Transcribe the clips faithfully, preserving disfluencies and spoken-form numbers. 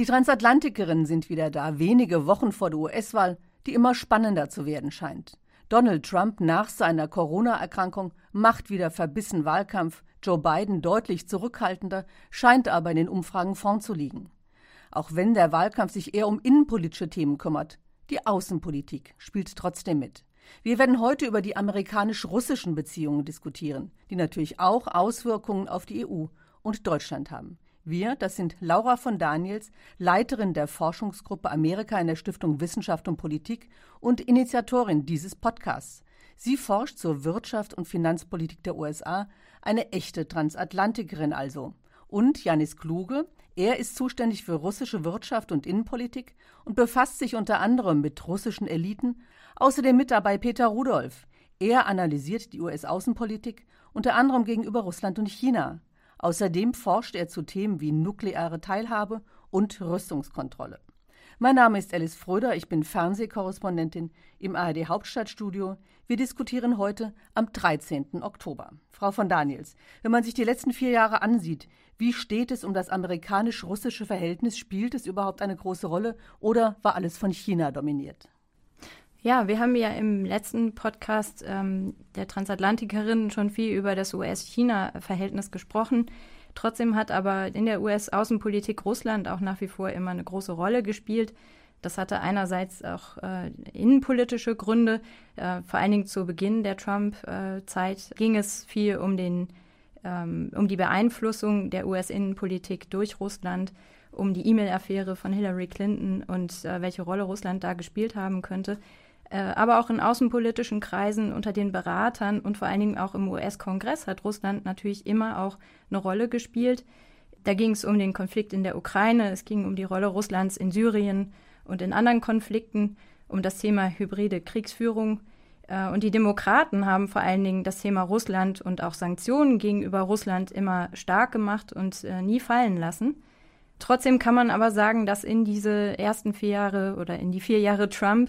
Die Transatlantikerinnen sind wieder da, wenige Wochen vor der U S-Wahl, die immer spannender zu werden scheint. Donald Trump nach seiner Corona-Erkrankung macht wieder verbissen Wahlkampf, Joe Biden deutlich zurückhaltender, scheint aber in den Umfragen vorn zu liegen. Auch wenn der Wahlkampf sich eher um innenpolitische Themen kümmert, die Außenpolitik spielt trotzdem mit. Wir werden heute über die amerikanisch-russischen Beziehungen diskutieren, die natürlich auch Auswirkungen auf die E U und Deutschland haben. Wir, das sind Laura von Daniels, Leiterin der Forschungsgruppe Amerika in der Stiftung Wissenschaft und Politik und Initiatorin dieses Podcasts. Sie forscht zur Wirtschaft und Finanzpolitik der U S A, eine echte Transatlantikerin also. Und Janis Kluge, er ist zuständig für russische Wirtschaft und Innenpolitik und befasst sich unter anderem mit russischen Eliten, außerdem mit dabei Peter Rudolph. Er analysiert die U S-Außenpolitik, unter anderem gegenüber Russland und China. Außerdem forscht er zu Themen wie nukleare Teilhabe und Rüstungskontrolle. Mein Name ist Alice Fröder, ich bin Fernsehkorrespondentin im A R D-Hauptstadtstudio. Wir diskutieren heute am dreizehnten Oktober. Frau von Daniels, wenn man sich die letzten vier Jahre ansieht, wie steht es um das amerikanisch-russische Verhältnis? Spielt es überhaupt eine große Rolle oder war alles von China dominiert? Ja, wir haben ja im letzten Podcast ähm, der Transatlantikerin schon viel über das U S-China-Verhältnis gesprochen. Trotzdem hat aber in der U S-Außenpolitik Russland auch nach wie vor immer eine große Rolle gespielt. Das hatte einerseits auch äh, innenpolitische Gründe. Äh, vor allen Dingen zu Beginn der Trump-Zeit ging es viel um, den, ähm, um die Beeinflussung der U S-Innenpolitik durch Russland, um die E-Mail-Affäre von Hillary Clinton und äh, welche Rolle Russland da gespielt haben könnte. Aber auch in außenpolitischen Kreisen unter den Beratern und vor allen Dingen auch im U S-Kongress hat Russland natürlich immer auch eine Rolle gespielt. Da ging es um den Konflikt in der Ukraine, es ging um die Rolle Russlands in Syrien und in anderen Konflikten, um das Thema hybride Kriegsführung. Und die Demokraten haben vor allen Dingen das Thema Russland und auch Sanktionen gegenüber Russland immer stark gemacht und nie fallen lassen. Trotzdem kann man aber sagen, dass in diese ersten vier Jahre oder in die vier Jahre Trump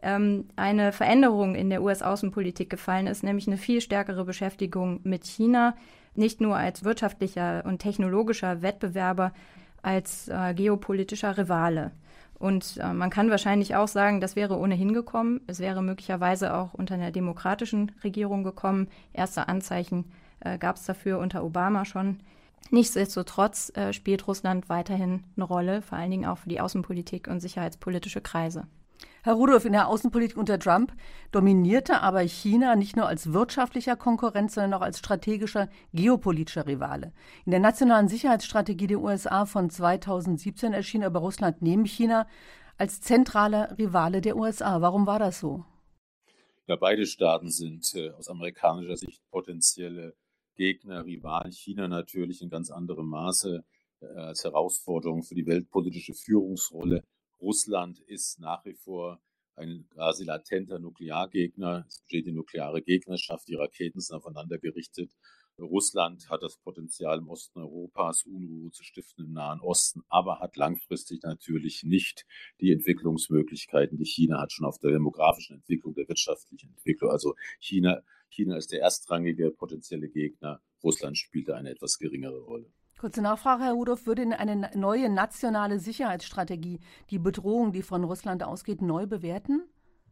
eine Veränderung in der U S-Außenpolitik gefallen ist, nämlich eine viel stärkere Beschäftigung mit China, nicht nur als wirtschaftlicher und technologischer Wettbewerber, als äh, geopolitischer Rivale. Und äh, man kann wahrscheinlich auch sagen, das wäre ohnehin gekommen. Es wäre möglicherweise auch unter einer demokratischen Regierung gekommen. Erste Anzeichen äh, gab es dafür unter Obama schon. Nichtsdestotrotz äh, spielt Russland weiterhin eine Rolle, vor allen Dingen auch für die Außenpolitik und sicherheitspolitische Kreise. Herr Rudolph, in der Außenpolitik unter Trump dominierte aber China nicht nur als wirtschaftlicher Konkurrent, sondern auch als strategischer geopolitischer Rivale. In der nationalen Sicherheitsstrategie der U S A von zweitausendsiebzehn erschien aber Russland neben China als zentraler Rivale der U S A. Warum war das so? Ja, beide Staaten sind äh, aus amerikanischer Sicht potenzielle Gegner, Rivalen. China natürlich in ganz anderem Maße äh, als Herausforderung für die weltpolitische Führungsrolle. Russland ist nach wie vor ein quasi latenter Nukleargegner. Es besteht die nukleare Gegnerschaft, die Raketen sind aufeinander gerichtet. Russland hat das Potenzial, im Osten Europas Unruhe zu stiften im Nahen Osten, aber hat langfristig natürlich nicht die Entwicklungsmöglichkeiten, die China hat, schon auf der demografischen Entwicklung, der wirtschaftlichen Entwicklung. Also China, China ist der erstrangige potenzielle Gegner. Russland spielt da eine etwas geringere Rolle. Kurze Nachfrage, Herr Rudolph, würde eine neue nationale Sicherheitsstrategie die Bedrohung, die von Russland ausgeht, neu bewerten?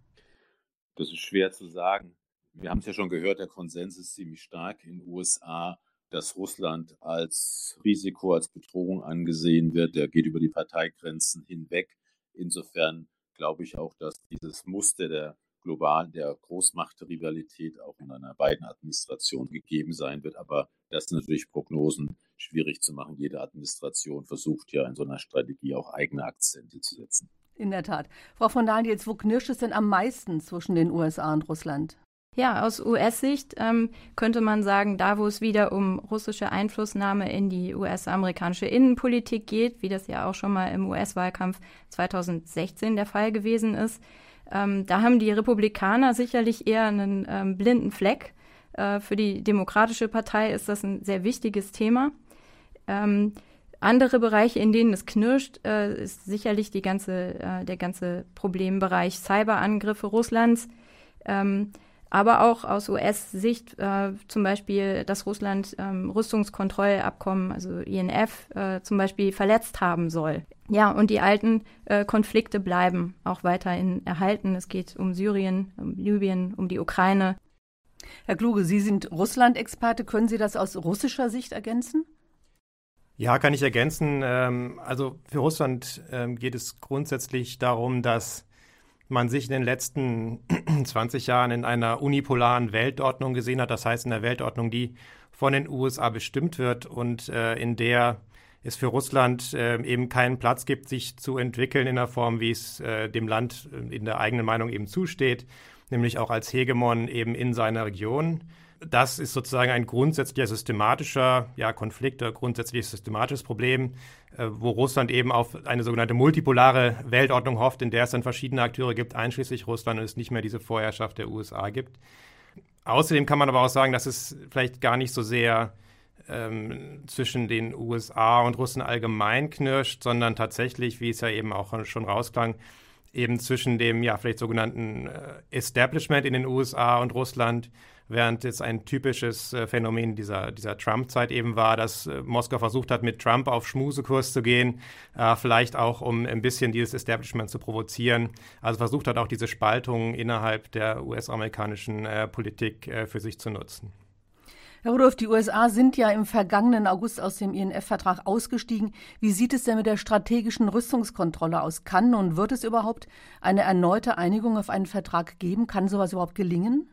Das ist schwer zu sagen. Wir haben es ja schon gehört, der Konsens ist ziemlich stark in den U S A, dass Russland als Risiko, als Bedrohung angesehen wird. Der geht über die Parteigrenzen hinweg. Insofern glaube ich auch, dass dieses Muster der globalen, der Großmachtrivalität auch in einer Biden-Administration gegeben sein wird. Aber das sind natürlich Prognosen schwierig zu machen. Jede Administration versucht ja in so einer Strategie auch eigene Akzente zu setzen. In der Tat. Frau von Daniels, wo knirscht es denn am meisten zwischen den U S A und Russland? Ja, aus U S-Sicht ähm, könnte man sagen, da wo es wieder um russische Einflussnahme in die U S-amerikanische Innenpolitik geht, wie das ja auch schon mal im U S-Wahlkampf zweitausendsechzehn der Fall gewesen ist, ähm, da haben die Republikaner sicherlich eher einen ähm, blinden Fleck. Äh, für die Demokratische Partei ist das ein sehr wichtiges Thema. Ähm, andere Bereiche, in denen es knirscht, äh, ist sicherlich die ganze, äh, der ganze Problembereich Cyberangriffe Russlands. Ähm, aber auch aus U S-Sicht äh, zum Beispiel, dass Russland ähm, Rüstungskontrollabkommen, also I N F, äh, zum Beispiel verletzt haben soll. Ja, und die alten äh, Konflikte bleiben auch weiterhin erhalten. Es geht um Syrien, um Libyen, um die Ukraine. Herr Kluge, Sie sind Russland-Experte. Können Sie das aus russischer Sicht ergänzen? Ja, kann ich ergänzen. Also für Russland geht es grundsätzlich darum, dass man sich in den letzten zwanzig Jahren in einer unipolaren Weltordnung gesehen hat. Das heißt, in einer Weltordnung, die von den U S A bestimmt wird und in der es für Russland eben keinen Platz gibt, sich zu entwickeln in der Form, wie es dem Land in der eigenen Meinung eben zusteht, nämlich auch als Hegemon eben in seiner Region. Das ist sozusagen ein grundsätzlicher systematischer ja, Konflikt, ein grundsätzliches systematisches Problem, äh, wo Russland eben auf eine sogenannte multipolare Weltordnung hofft, in der es dann verschiedene Akteure gibt, einschließlich Russland, und es nicht mehr diese Vorherrschaft der U S A gibt. Außerdem kann man aber auch sagen, dass es vielleicht gar nicht so sehr ähm, zwischen den U S A und Russland allgemein knirscht, sondern tatsächlich, wie es ja eben auch schon rausklang, eben zwischen dem ja vielleicht sogenannten äh, Establishment in den U S A und Russland, während es ein typisches äh, Phänomen dieser, dieser Trump-Zeit eben war, dass äh, Moskau versucht hat, mit Trump auf Schmusekurs zu gehen, äh, vielleicht auch, um ein bisschen dieses Establishment zu provozieren. Also versucht hat, auch diese Spaltung innerhalb der U S-amerikanischen äh, Politik äh, für sich zu nutzen. Herr Rudolph, die U S A sind ja im vergangenen August aus dem I N F-Vertrag ausgestiegen. Wie sieht es denn mit der strategischen Rüstungskontrolle aus? Kann und wird es überhaupt eine erneute Einigung auf einen Vertrag geben? Kann sowas überhaupt gelingen?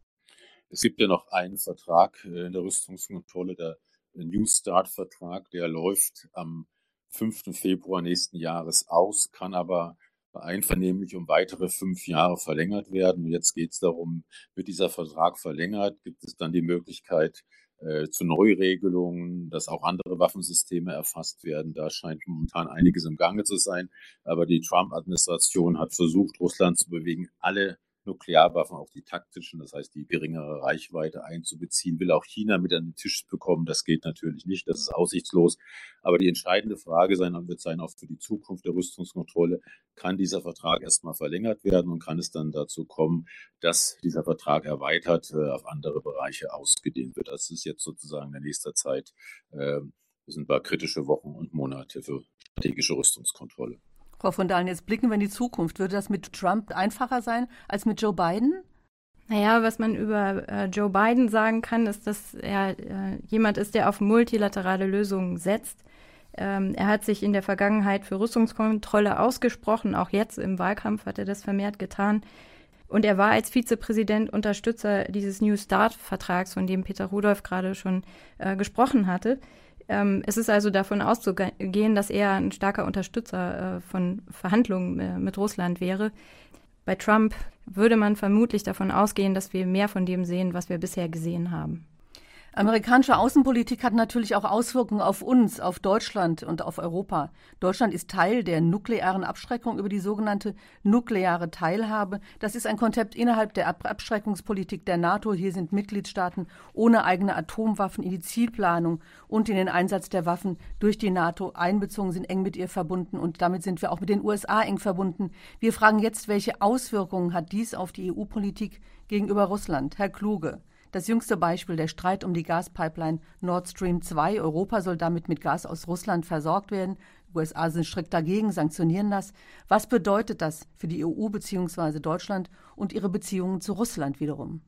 Es gibt ja noch einen Vertrag in der Rüstungskontrolle, der New Start-Vertrag, der läuft am fünften Februar nächsten Jahres aus, kann aber einvernehmlich um weitere fünf Jahre verlängert werden. Jetzt geht es darum, wird dieser Vertrag verlängert, gibt es dann die Möglichkeit äh, zu Neuregelungen, dass auch andere Waffensysteme erfasst werden. Da scheint momentan einiges im Gange zu sein. Aber die Trump-Administration hat versucht, Russland zu bewegen, alle Nuklearwaffen, auch die taktischen, das heißt die geringere Reichweite einzubeziehen, will auch China mit an den Tisch bekommen. Das geht natürlich nicht, das ist aussichtslos. Aber die entscheidende Frage sein, wird sein, auch für die Zukunft der Rüstungskontrolle, kann dieser Vertrag erstmal verlängert werden und kann es dann dazu kommen, dass dieser Vertrag erweitert äh, auf andere Bereiche ausgedehnt wird. Das ist jetzt sozusagen in der nächsten Zeit, äh, das sind ein kritische Wochen und Monate für strategische Rüstungskontrolle. Frau von Dahlen, jetzt blicken wir in die Zukunft. Würde das mit Trump einfacher sein als mit Joe Biden? Naja, was man über äh, Joe Biden sagen kann, ist, dass er äh, jemand ist, der auf multilaterale Lösungen setzt. Ähm, er hat sich in der Vergangenheit für Rüstungskontrolle ausgesprochen. Auch jetzt im Wahlkampf hat er das vermehrt getan. Und er war als Vizepräsident Unterstützer dieses New Start-Vertrags, von dem Peter Rudolph gerade schon äh, gesprochen hatte. Es ist also davon auszugehen, dass er ein starker Unterstützer äh, von Verhandlungen äh, mit Russland wäre. Bei Trump würde man vermutlich davon ausgehen, dass wir mehr von dem sehen, was wir bisher gesehen haben. Amerikanische Außenpolitik hat natürlich auch Auswirkungen auf uns, auf Deutschland und auf Europa. Deutschland ist Teil der nuklearen Abschreckung über die sogenannte nukleare Teilhabe. Das ist ein Konzept innerhalb der Ab- Abschreckungspolitik der NATO. Hier sind Mitgliedstaaten ohne eigene Atomwaffen in die Zielplanung und in den Einsatz der Waffen durch die NATO einbezogen, sind eng mit ihr verbunden, und damit sind wir auch mit den U S A eng verbunden. Wir fragen jetzt, welche Auswirkungen hat dies auf die E U-Politik gegenüber Russland? Herr Kluge. Das jüngste Beispiel, der Streit um die Gaspipeline Nord Stream zwei. Europa soll damit mit Gas aus Russland versorgt werden. Die U S A sind strikt dagegen, sanktionieren das. Was bedeutet das für die E U bzw. Deutschland und ihre Beziehungen zu Russland wiederum?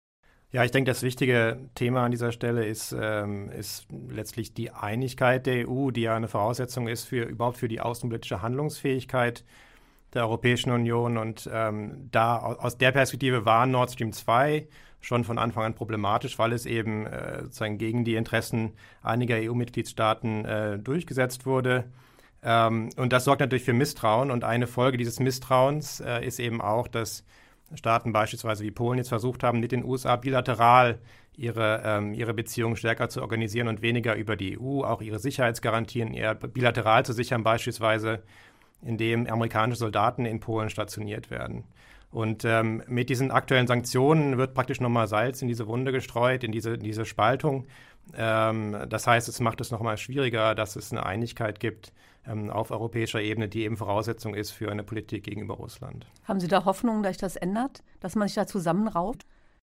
Ja, ich denke, das wichtige Thema an dieser Stelle ist, ähm, ist letztlich die Einigkeit der E U, die ja eine Voraussetzung ist für überhaupt für die außenpolitische Handlungsfähigkeit der Europäischen Union. Und ähm, da aus der Perspektive war Nord Stream zwei schon von Anfang an problematisch, weil es eben äh, sozusagen gegen die Interessen einiger E U-Mitgliedstaaten äh, durchgesetzt wurde. Ähm, und das sorgt natürlich für Misstrauen. Und eine Folge dieses Misstrauens äh, ist eben auch, dass Staaten beispielsweise wie Polen jetzt versucht haben, mit den U S A bilateral ihre, ähm, ihre Beziehungen stärker zu organisieren und weniger über die E U, auch ihre Sicherheitsgarantien eher bilateral zu sichern, beispielsweise indem amerikanische Soldaten in Polen stationiert werden. Und ähm, mit diesen aktuellen Sanktionen wird praktisch nochmal Salz in diese Wunde gestreut, in diese, in diese Spaltung. Ähm, das heißt, es macht es nochmal schwieriger, dass es eine Einigkeit gibt ähm, auf europäischer Ebene, die eben Voraussetzung ist für eine Politik gegenüber Russland. Haben Sie da Hoffnung, dass sich das ändert, dass man sich da zusammenrauft?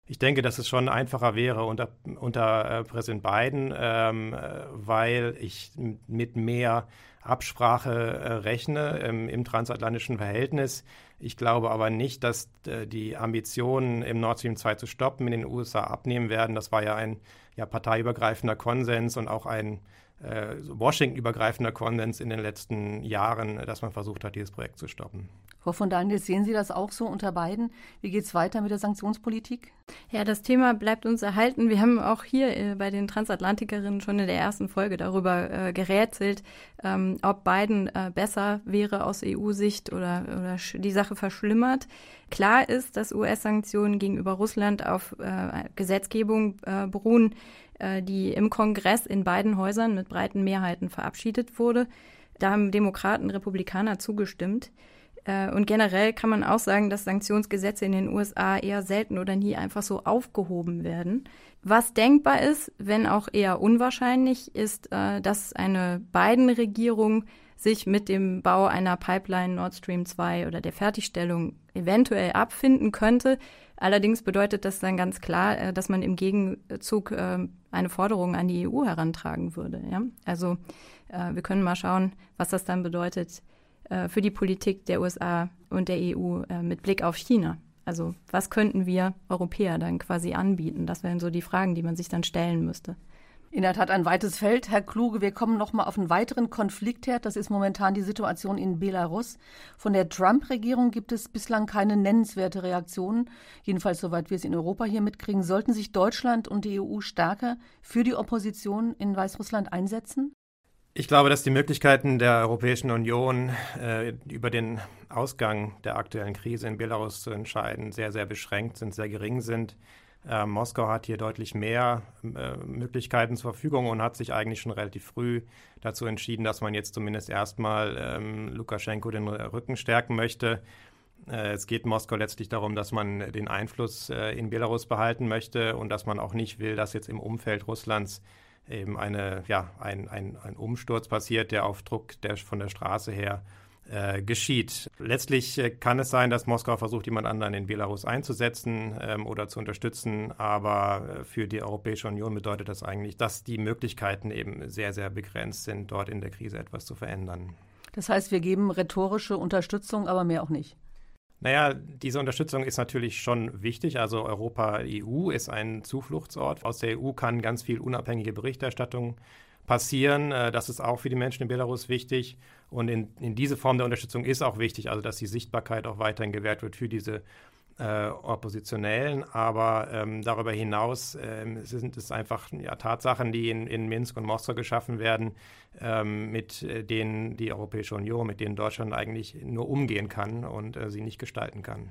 Ich denke, dass es schon einfacher wäre unter, unter äh, Präsident Biden, ähm, äh, weil ich mit mehr Absprache äh, rechne ähm, im transatlantischen Verhältnis. Ich glaube aber nicht, dass äh, die Ambitionen, im Nord Stream zwei zu stoppen, in den U S A abnehmen werden. Das war ja ein ja, parteiübergreifender Konsens und auch ein äh, Washington-übergreifender Konsens in den letzten Jahren, dass man versucht hat, dieses Projekt zu stoppen. Frau von Daniels, sehen Sie das auch so unter Biden? Wie geht es weiter mit der Sanktionspolitik? Ja, das Thema bleibt uns erhalten. Wir haben auch hier äh, bei den Transatlantikerinnen schon in der ersten Folge darüber äh, gerätselt, ähm, ob Biden äh, besser wäre aus E U-Sicht oder, oder die Sache verschlimmert. Klar ist, dass U S-Sanktionen gegenüber Russland auf äh, Gesetzgebung äh, beruhen, äh, die im Kongress in beiden Häusern mit breiten Mehrheiten verabschiedet wurde. Da haben Demokraten, Republikaner zugestimmt. Und generell kann man auch sagen, dass Sanktionsgesetze in den U S A eher selten oder nie einfach so aufgehoben werden. Was denkbar ist, wenn auch eher unwahrscheinlich, ist, dass eine Biden-Regierung sich mit dem Bau einer Pipeline Nord Stream zwei oder der Fertigstellung eventuell abfinden könnte. Allerdings bedeutet das dann ganz klar, dass man im Gegenzug eine Forderung an die E U herantragen würde. Ja? Also wir können mal schauen, was das dann bedeutet für die Politik der U S A und der E U äh, mit Blick auf China. Also was könnten wir Europäer dann quasi anbieten? Das wären so die Fragen, die man sich dann stellen müsste. In der Tat ein weites Feld. Herr Kluge, wir kommen noch mal auf einen weiteren Konfliktherd. Das ist momentan die Situation in Belarus. Von der Trump-Regierung gibt es bislang keine nennenswerte Reaktion. Jedenfalls, soweit wir es in Europa hier mitkriegen. Sollten sich Deutschland und die E U stärker für die Opposition in Weißrussland einsetzen? Ich glaube, dass die Möglichkeiten der Europäischen Union, äh, über den Ausgang der aktuellen Krise in Belarus zu entscheiden, sehr, sehr beschränkt sind, sehr gering sind. Äh, Moskau hat hier deutlich mehr äh, Möglichkeiten zur Verfügung und hat sich eigentlich schon relativ früh dazu entschieden, dass man jetzt zumindest erstmal ähm, Lukaschenko den Rücken stärken möchte. Äh, es geht Moskau letztlich darum, dass man den Einfluss äh, in Belarus behalten möchte und dass man auch nicht will, dass jetzt im Umfeld Russlands eben eine, ja, ein, ein, ein Umsturz passiert, der auf Druck der, von der Straße her äh, geschieht. Letztlich äh, kann es sein, dass Moskau versucht, jemand anderen in Belarus einzusetzen ähm, oder zu unterstützen, aber äh, für die Europäische Union bedeutet das eigentlich, dass die Möglichkeiten eben sehr, sehr begrenzt sind, dort in der Krise etwas zu verändern. Das heißt, wir geben rhetorische Unterstützung, aber mehr auch nicht. Naja, diese Unterstützung ist natürlich schon wichtig. Also Europa, E U ist ein Zufluchtsort. Aus der E U kann ganz viel unabhängige Berichterstattung passieren. Das ist auch für die Menschen in Belarus wichtig. Und in, in diese Form der Unterstützung ist auch wichtig, also dass die Sichtbarkeit auch weiterhin gewährt wird für diese äh, Oppositionellen. Aber ähm, darüber hinaus ähm, sind es einfach ja, Tatsachen, die in, in Minsk und Moskau geschaffen werden, ähm, mit denen die Europäische Union, mit denen Deutschland eigentlich nur umgehen kann und äh, sie nicht gestalten kann.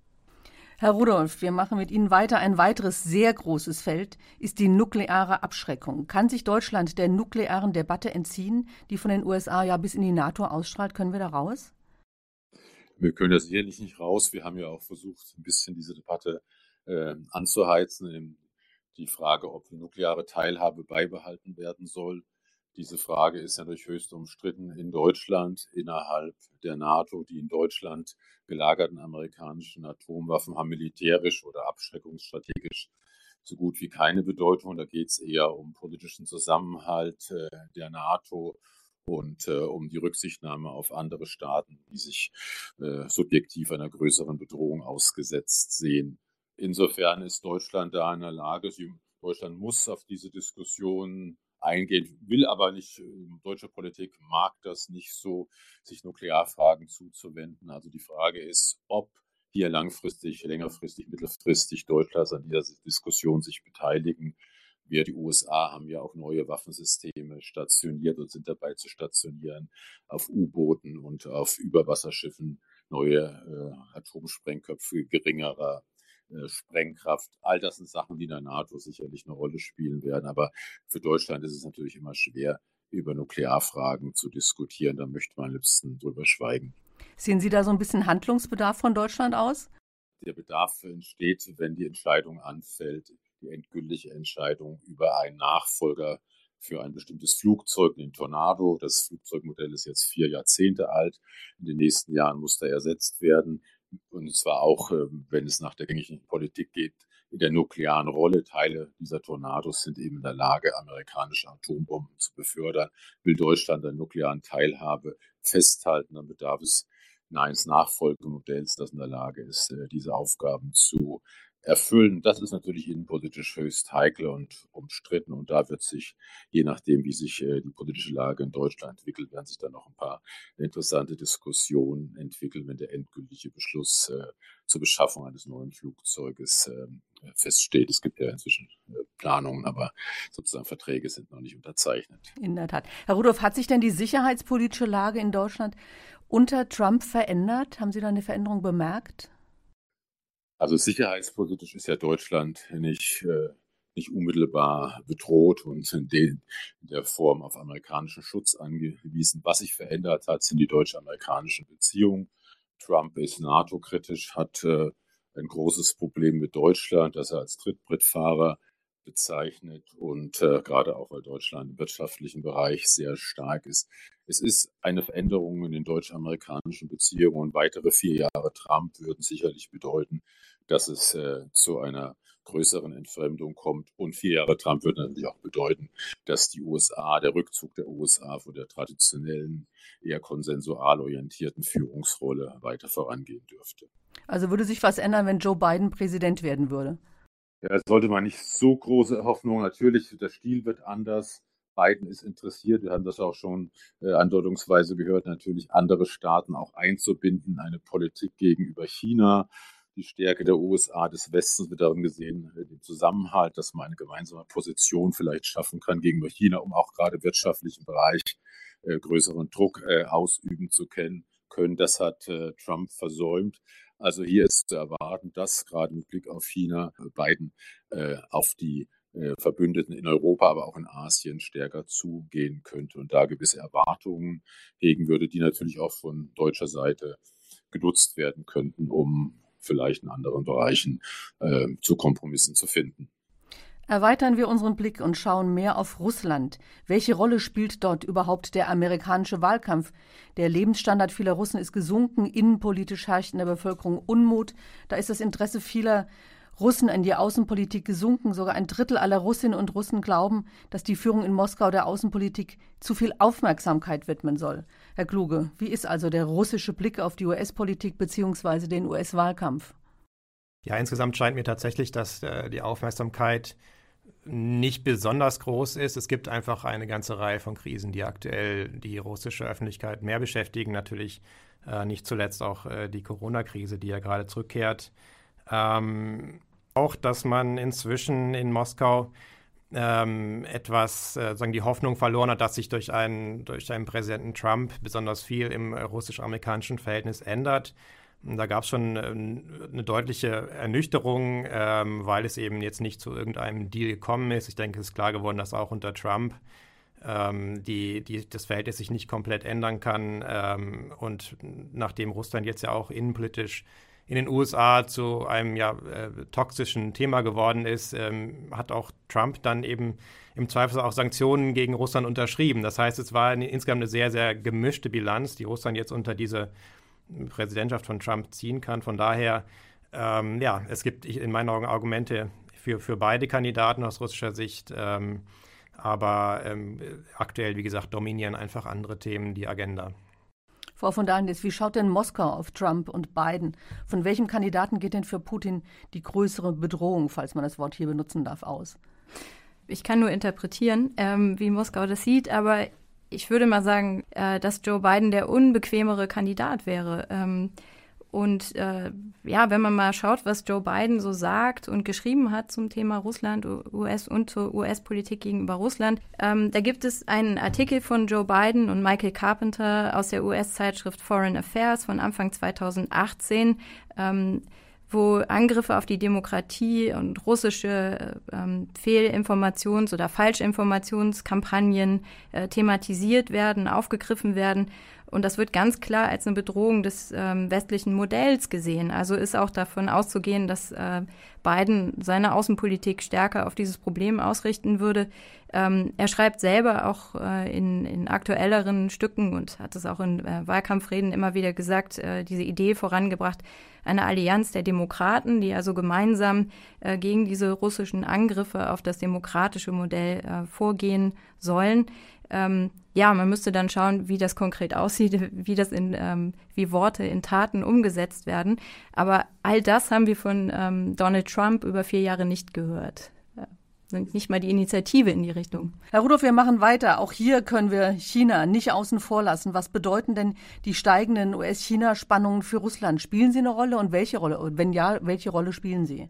Herr Rudolph, wir machen mit Ihnen weiter. Ein weiteres sehr großes Feld ist die nukleare Abschreckung. Kann sich Deutschland der nuklearen Debatte entziehen, die von den U S A ja bis in die NATO ausstrahlt? Können wir da raus? Wir können da sicherlich nicht raus. Wir haben ja auch versucht, ein bisschen diese Debatte äh, anzuheizen. Die Frage, ob die nukleare Teilhabe beibehalten werden soll. Diese Frage ist ja durch höchst umstritten in Deutschland, innerhalb der NATO. Die in Deutschland gelagerten amerikanischen Atomwaffen haben militärisch oder abschreckungsstrategisch so gut wie keine Bedeutung. Da geht es eher um politischen Zusammenhalt äh, der NATO und äh, um die Rücksichtnahme auf andere Staaten, die sich äh, subjektiv einer größeren Bedrohung ausgesetzt sehen. Insofern ist Deutschland da in der Lage, sie, Deutschland muss auf diese Diskussion eingehen, will aber nicht, deutsche Politik mag das nicht so, sich Nuklearfragen zuzuwenden. Also die Frage ist, ob hier langfristig, längerfristig, mittelfristig Deutschland an dieser Diskussion sich beteiligen. Wir, die U S A, haben ja auch neue Waffensysteme stationiert und sind dabei zu stationieren auf U-Booten und auf Überwasserschiffen, neue äh, Atomsprengköpfe geringerer äh, Sprengkraft. All das sind Sachen, die in der NATO sicherlich eine Rolle spielen werden. Aber für Deutschland ist es natürlich immer schwer, über Nuklearfragen zu diskutieren. Da möchte man am liebsten drüber schweigen. Sehen Sie da so ein bisschen Handlungsbedarf von Deutschland aus? Der Bedarf entsteht, wenn die Entscheidung anfällt, die endgültige Entscheidung über einen Nachfolger für ein bestimmtes Flugzeug, den Tornado. Das Flugzeugmodell ist jetzt vier Jahrzehnte alt. In den nächsten Jahren muss er ersetzt werden. Und zwar auch, wenn es nach der gängigen Politik geht, in der nuklearen Rolle. Teile dieser Tornados sind eben in der Lage, amerikanische Atombomben zu befördern. Will Deutschland an nuklearen Teilhabe festhalten, dann bedarf es eines Nachfolgemodells, das in der Lage ist, diese Aufgaben zu erfüllen. Das ist natürlich innenpolitisch höchst heikel und umstritten, und da wird sich, je nachdem, wie sich die politische Lage in Deutschland entwickelt, werden sich dann noch ein paar interessante Diskussionen entwickeln, wenn der endgültige Beschluss äh, zur Beschaffung eines neuen Flugzeuges äh, feststeht. Es gibt ja inzwischen äh, Planungen, aber sozusagen Verträge sind noch nicht unterzeichnet. In der Tat. Herr Rudolph, hat sich denn die sicherheitspolitische Lage in Deutschland unter Trump verändert? Haben Sie da eine Veränderung bemerkt? Also sicherheitspolitisch ist ja Deutschland nicht, äh, nicht unmittelbar bedroht und in, den, in der Form auf amerikanischen Schutz angewiesen. Was sich verändert hat, sind die deutsch-amerikanischen Beziehungen. Trump ist NATO-kritisch, hat äh, ein großes Problem mit Deutschland, das er als Trittbrettfahrer bezeichnet, und äh, gerade auch, weil Deutschland im wirtschaftlichen Bereich sehr stark ist. Es ist eine Veränderung in den deutsch-amerikanischen Beziehungen, und weitere vier Jahre Trump würden sicherlich bedeuten, dass es äh, zu einer größeren Entfremdung kommt. Und vier Jahre Trump würde natürlich auch bedeuten, dass die U S A, der Rückzug der U S A von der traditionellen, eher konsensual orientierten Führungsrolle weiter vorangehen dürfte. Also würde sich was ändern, wenn Joe Biden Präsident werden würde? Ja, das sollte man nicht so große Hoffnung. Natürlich, der Stil wird anders. Biden ist interessiert, wir haben das auch schon äh, andeutungsweise gehört, natürlich andere Staaten auch einzubinden, eine Politik gegenüber China. Die Stärke der U S A, des Westens wird darin gesehen, den Zusammenhalt, dass man eine gemeinsame Position vielleicht schaffen kann gegenüber China, um auch gerade im wirtschaftlichen Bereich äh, größeren Druck äh, ausüben zu können. Das hat äh, Trump versäumt. Also hier ist zu erwarten, dass gerade mit Blick auf China Biden äh, auf die äh, Verbündeten in Europa, aber auch in Asien stärker zugehen könnte und da gewisse Erwartungen hegen würde, die natürlich auch von deutscher Seite genutzt werden könnten, um vielleicht in anderen Bereichen äh, zu Kompromissen zu finden. Erweitern wir unseren Blick und schauen mehr auf Russland. Welche Rolle spielt dort überhaupt der amerikanische Wahlkampf? Der Lebensstandard vieler Russen ist gesunken, innenpolitisch herrscht in der Bevölkerung Unmut. Da ist das Interesse vieler Russen an die Außenpolitik gesunken. Sogar ein Drittel aller Russinnen und Russen glauben, dass die Führung in Moskau der Außenpolitik zu viel Aufmerksamkeit widmen soll. Herr Kluge, wie ist also der russische Blick auf die U S-Politik bzw. den U S-Wahlkampf? Ja, insgesamt scheint mir tatsächlich, dass äh, die Aufmerksamkeit nicht besonders groß ist. Es gibt einfach eine ganze Reihe von Krisen, die aktuell die russische Öffentlichkeit mehr beschäftigen. Natürlich äh, nicht zuletzt auch äh, die Corona-Krise, die ja gerade zurückkehrt. Ähm, auch, dass man inzwischen in Moskau ähm, etwas, äh, sagen die Hoffnung verloren hat, dass sich durch einen, durch einen Präsidenten Trump besonders viel im äh, russisch-amerikanischen Verhältnis ändert. Da gab es schon eine deutliche Ernüchterung, ähm, weil es eben jetzt nicht zu irgendeinem Deal gekommen ist. Ich denke, es ist klar geworden, dass auch unter Trump ähm, die, die, das Verhältnis sich nicht komplett ändern kann. Ähm, und nachdem Russland jetzt ja auch innenpolitisch in den U S A zu einem ja, äh, toxischen Thema geworden ist, ähm, hat auch Trump dann eben im Zweifel auch Sanktionen gegen Russland unterschrieben. Das heißt, es war eine, insgesamt eine sehr, sehr gemischte Bilanz, die Russland jetzt unter diese Präsidentschaft von Trump ziehen kann. Von daher, ähm, ja, es gibt in meinen Augen Argumente für, für beide Kandidaten aus russischer Sicht, ähm, aber ähm, aktuell, wie gesagt, dominieren einfach andere Themen die Agenda. Frau von Dahlenitz, wie schaut denn Moskau auf Trump und Biden? Von welchem Kandidaten geht denn für Putin die größere Bedrohung, falls man das Wort hier benutzen darf, aus? Ich kann nur interpretieren, ähm, wie Moskau das sieht, aber ich würde mal sagen, äh, dass Joe Biden der unbequemere Kandidat wäre. Ähm, und äh, ja, wenn man mal schaut, was Joe Biden so sagt und geschrieben hat zum Thema Russland, U S und zur U S-Politik gegenüber Russland, ähm, da gibt es einen Artikel von Joe Biden und Michael Carpenter aus der U S-Zeitschrift Foreign Affairs von Anfang zweitausendachtzehn, ähm, wo Angriffe auf die Demokratie und russische ähm, Fehlinformations- oder Falschinformationskampagnen äh, thematisiert werden, aufgegriffen werden. Und das wird ganz klar als eine Bedrohung des ähm, westlichen Modells gesehen. Also ist auch davon auszugehen, dass äh, Biden seine Außenpolitik stärker auf dieses Problem ausrichten würde. Ähm, er schreibt selber auch äh, in, in aktuelleren Stücken und hat es auch in äh, Wahlkampfreden immer wieder gesagt, äh, diese Idee vorangebracht, eine Allianz der Demokraten, die also gemeinsam äh, gegen diese russischen Angriffe auf das demokratische Modell äh, vorgehen sollen. Ähm, ja, man müsste dann schauen, wie das konkret aussieht, wie das in, ähm, wie Worte in Taten umgesetzt werden. Aber all das haben wir von ähm, Donald Trump über vier Jahre nicht gehört. Ja, nicht mal die Initiative in die Richtung. Herr Rudolph, wir machen weiter. Auch hier können wir China nicht außen vor lassen. Was bedeuten denn die steigenden U S-China-Spannungen für Russland? Spielen sie eine Rolle und welche Rolle? Und wenn ja, welche Rolle spielen sie?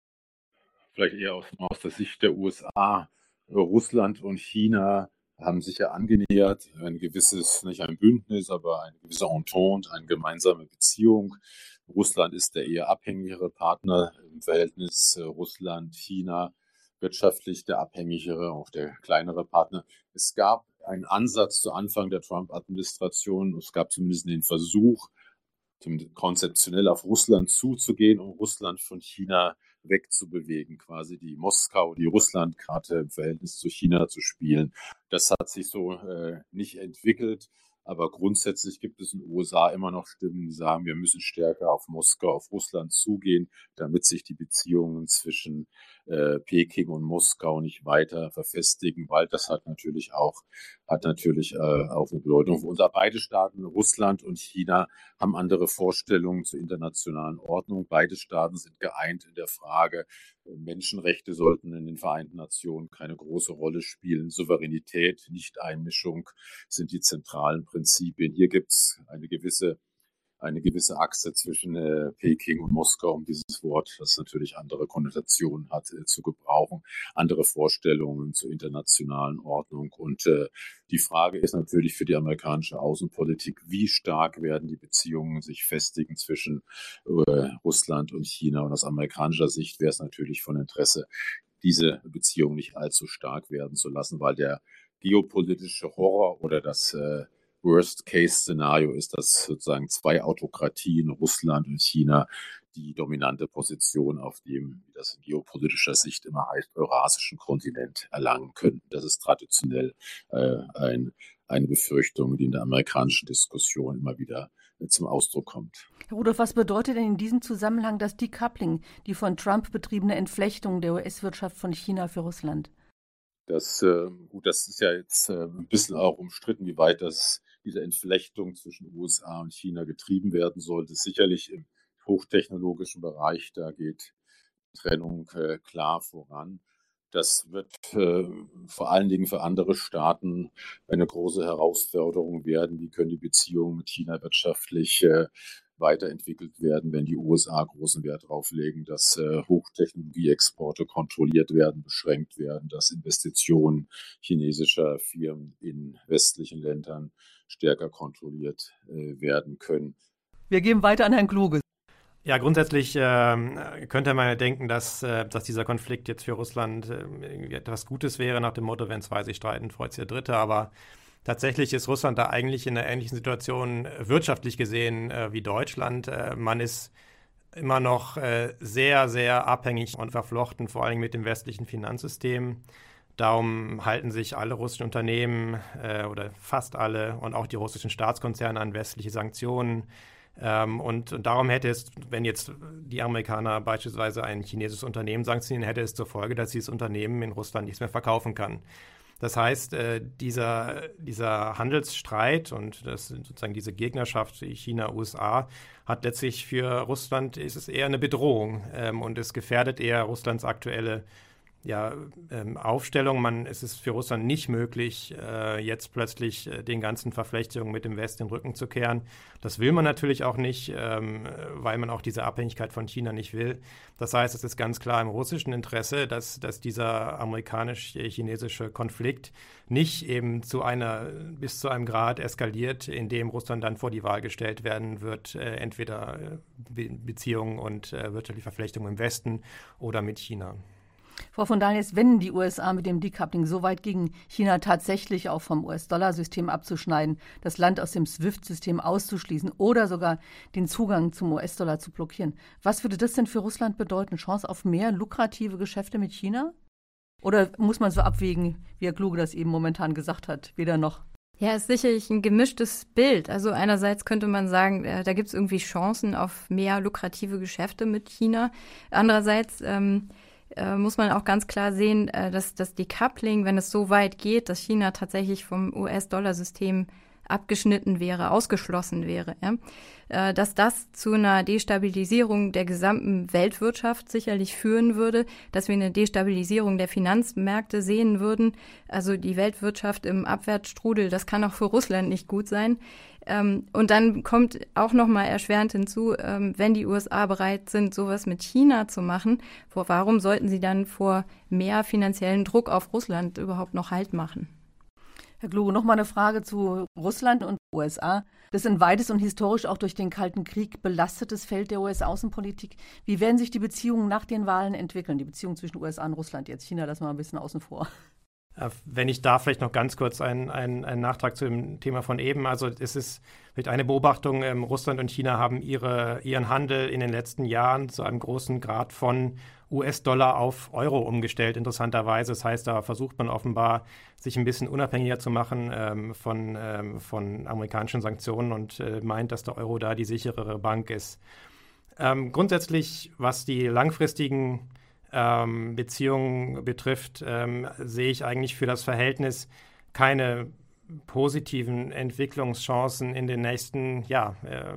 Vielleicht eher aus, aus der Sicht der U S A. Russland und China haben sich ja angenähert, ein gewisses, nicht ein Bündnis, aber eine gewisse Entente, eine gemeinsame Beziehung. Russland ist der eher abhängigere Partner im Verhältnis Russland-China, wirtschaftlich der abhängigere, auch der kleinere Partner. Es gab einen Ansatz zu Anfang der Trump-Administration, es gab zumindest den Versuch, konzeptionell auf Russland zuzugehen, um Russland von China wegzubewegen, quasi die Moskau, die Russlandkarte im Verhältnis zu China zu spielen. Das hat sich so äh, nicht entwickelt, aber grundsätzlich gibt es in den U S A immer noch Stimmen, die sagen, wir müssen stärker auf Moskau, auf Russland zugehen, damit sich die Beziehungen zwischen äh, Peking und Moskau nicht weiter verfestigen, weil das hat natürlich auch, hat natürlich äh, auch eine Bedeutung für uns. Beide Staaten, Russland und China, haben andere Vorstellungen zur internationalen Ordnung. Beide Staaten sind geeint in der Frage, Menschenrechte sollten in den Vereinten Nationen keine große Rolle spielen. Souveränität, Nichteinmischung sind die zentralen Prinzipien. Hier gibt es eine gewisse, eine gewisse Achse zwischen äh, Peking und Moskau, um dieses Wort, das natürlich andere Konnotationen hat, äh, zu gebrauchen, andere Vorstellungen zur internationalen Ordnung. Und äh, die Frage ist natürlich für die amerikanische Außenpolitik, wie stark werden die Beziehungen sich festigen zwischen äh, Russland und China. Und aus amerikanischer Sicht wäre es natürlich von Interesse, diese Beziehungen nicht allzu stark werden zu lassen, weil der geopolitische Horror oder das äh, Worst-Case-Szenario ist, dass sozusagen zwei Autokratien, Russland und China, die dominante Position auf dem, wie das in geopolitischer Sicht immer heißt, eurasischen Kontinent erlangen können. Das ist traditionell äh, ein, eine Befürchtung, die in der amerikanischen Diskussion immer wieder äh, zum Ausdruck kommt. Herr Rudolph, was bedeutet denn in diesem Zusammenhang das Decoupling, die von Trump betriebene Entflechtung der U S-Wirtschaft von China für Russland? Das, äh, gut, das ist ja jetzt äh, ein bisschen auch umstritten, wie weit das, diese Entflechtung zwischen U S A und China getrieben werden sollte. Sicherlich im hochtechnologischen Bereich, da geht Trennung äh, klar voran. Das wird äh, vor allen Dingen für andere Staaten eine große Herausforderung werden. Wie können die Beziehungen mit China wirtschaftlich äh, weiterentwickelt werden, wenn die U S A großen Wert darauf legen, dass äh, Hochtechnologieexporte kontrolliert werden, beschränkt werden, dass Investitionen chinesischer Firmen in westlichen Ländern stärker kontrolliert äh, werden können. Wir geben weiter an Herrn Kluge. Ja, grundsätzlich äh, könnte man ja denken, dass, äh, dass dieser Konflikt jetzt für Russland äh, etwas Gutes wäre, nach dem Motto, wenn zwei sich streiten, freut sich der Dritte, aber tatsächlich ist Russland da eigentlich in einer ähnlichen Situation wirtschaftlich gesehen äh, wie Deutschland. Äh, man ist immer noch äh, sehr, sehr abhängig und verflochten, vor allem mit dem westlichen Finanzsystem. Darum halten sich alle russischen Unternehmen äh, oder fast alle und auch die russischen Staatskonzerne an westliche Sanktionen. Ähm, und, und darum hätte es, wenn jetzt die Amerikaner beispielsweise ein chinesisches Unternehmen sanktionieren, hätte es zur Folge, dass dieses Unternehmen in Russland nichts mehr verkaufen kann. Das heißt, äh, dieser, dieser Handelsstreit und das, sozusagen diese Gegnerschaft China U S A hat letztlich für Russland, ist es eher eine Bedrohung ähm, und es gefährdet eher Russlands aktuelle ja, ähm, Aufstellung. Man, es ist für Russland nicht möglich, äh, jetzt plötzlich äh, den ganzen Verflechtungen mit dem Westen den Rücken zu kehren. Das will man natürlich auch nicht, ähm, weil man auch diese Abhängigkeit von China nicht will. Das heißt, es ist ganz klar im russischen Interesse, dass, dass dieser amerikanisch-chinesische Konflikt nicht eben zu einer, bis zu einem Grad eskaliert, in dem Russland dann vor die Wahl gestellt werden wird, äh, entweder Be- Beziehungen und äh, wirtschaftliche Verflechtungen im Westen oder mit China. Frau von Daniels, wenn die U S A mit dem Decoupling so weit gegen China tatsächlich auch vom U S-Dollar-System abzuschneiden, das Land aus dem SWIFT-System auszuschließen oder sogar den Zugang zum U S-Dollar zu blockieren, was würde das denn für Russland bedeuten? Chance auf mehr lukrative Geschäfte mit China? Oder muss man so abwägen, wie Herr Kluge das eben momentan gesagt hat, weder noch? Ja, ist sicherlich ein gemischtes Bild. Also einerseits könnte man sagen, äh, da gibt es irgendwie Chancen auf mehr lukrative Geschäfte mit China. Andererseits ähm, äh, muss man auch ganz klar sehen, äh, dass das Decoupling, wenn es so weit geht, dass China tatsächlich vom U S-Dollar-System abgeschnitten wäre, ausgeschlossen wäre, ja? äh, dass das zu einer Destabilisierung der gesamten Weltwirtschaft sicherlich führen würde, dass wir eine Destabilisierung der Finanzmärkte sehen würden. Also die Weltwirtschaft im Abwärtsstrudel, das kann auch für Russland nicht gut sein. Ähm, und dann kommt auch nochmal erschwerend hinzu, ähm, wenn die U S A bereit sind, sowas mit China zu machen, vor, warum sollten sie dann vor mehr finanziellen Druck auf Russland überhaupt noch Halt machen? Herr Kluge, noch mal eine Frage zu Russland und U S A. Das ist ein weites und historisch auch durch den Kalten Krieg belastetes Feld der U S-Außenpolitik. Wie werden sich die Beziehungen nach den Wahlen entwickeln? Die Beziehungen zwischen U S A und Russland. Jetzt China, das mal ein bisschen außen vor. Wenn ich da vielleicht noch ganz kurz einen, einen, einen Nachtrag zu dem Thema von eben. Also es ist vielleicht eine Beobachtung, ähm, Russland und China haben ihre, ihren Handel in den letzten Jahren zu einem großen Grad von U S-Dollar auf Euro umgestellt, interessanterweise. Das heißt, da versucht man offenbar, sich ein bisschen unabhängiger zu machen ähm, von, ähm, von amerikanischen Sanktionen und äh, meint, dass der Euro da die sicherere Bank ist. Ähm, grundsätzlich, was die langfristigen ähm, Beziehungen betrifft, ähm, sehe ich eigentlich für das Verhältnis keine positiven Entwicklungschancen in den nächsten ja, äh,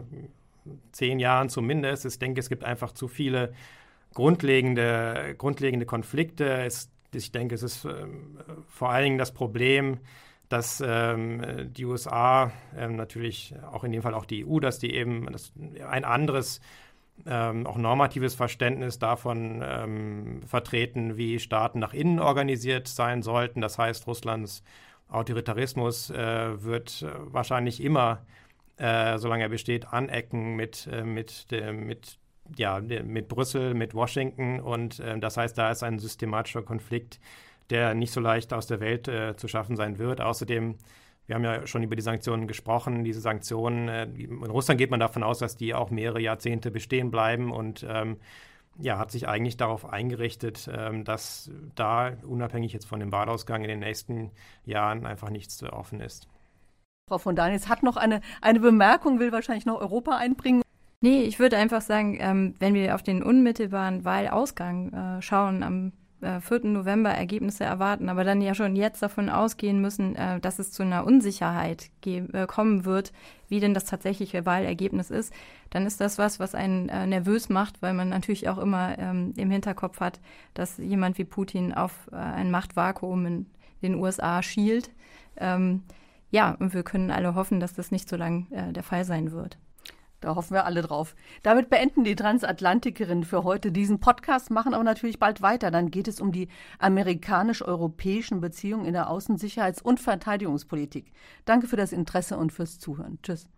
zehn Jahren zumindest. Ich denke, es gibt einfach zu viele grundlegende, grundlegende Konflikte. Es, ich denke, es ist ähm, vor allen Dingen das Problem, dass ähm, die U S A, ähm, natürlich auch in dem Fall auch die E U, dass die eben das, ein anderes, ähm, auch normatives Verständnis davon ähm, vertreten, wie Staaten nach innen organisiert sein sollten. Das heißt, Russlands Autoritarismus äh, wird wahrscheinlich immer, äh, solange er besteht, anecken mit, äh, mit, äh, mit ja, mit Brüssel, mit Washington und äh, das heißt, da ist ein systematischer Konflikt, der nicht so leicht aus der Welt äh, zu schaffen sein wird. Außerdem, wir haben ja schon über die Sanktionen gesprochen, diese Sanktionen, äh, in Russland geht man davon aus, dass die auch mehrere Jahrzehnte bestehen bleiben und ähm, ja, hat sich eigentlich darauf eingerichtet, ähm, dass da, unabhängig jetzt von dem Wahlausgang in den nächsten Jahren, einfach nichts zu offen ist. Frau von Daniels hat noch eine, eine Bemerkung, will wahrscheinlich noch Europa einbringen. Nee, ich würde einfach sagen, ähm, wenn wir auf den unmittelbaren Wahlausgang äh, schauen, am äh, vierten November Ergebnisse erwarten, aber dann ja schon jetzt davon ausgehen müssen, äh, dass es zu einer Unsicherheit ge- äh, kommen wird, wie denn das tatsächliche Wahlergebnis ist, dann ist das was, was einen äh, nervös macht, weil man natürlich auch immer ähm, im Hinterkopf hat, dass jemand wie Putin auf äh, ein Machtvakuum in den U S A schielt. Ähm, ja, und wir können alle hoffen, dass das nicht so lang äh, der Fall sein wird. Da hoffen wir alle drauf. Damit beenden die Transatlantikerinnen für heute diesen Podcast, machen aber natürlich bald weiter. Dann geht es um die amerikanisch-europäischen Beziehungen in der Außen-, Sicherheits- und Verteidigungspolitik. Danke für das Interesse und fürs Zuhören. Tschüss.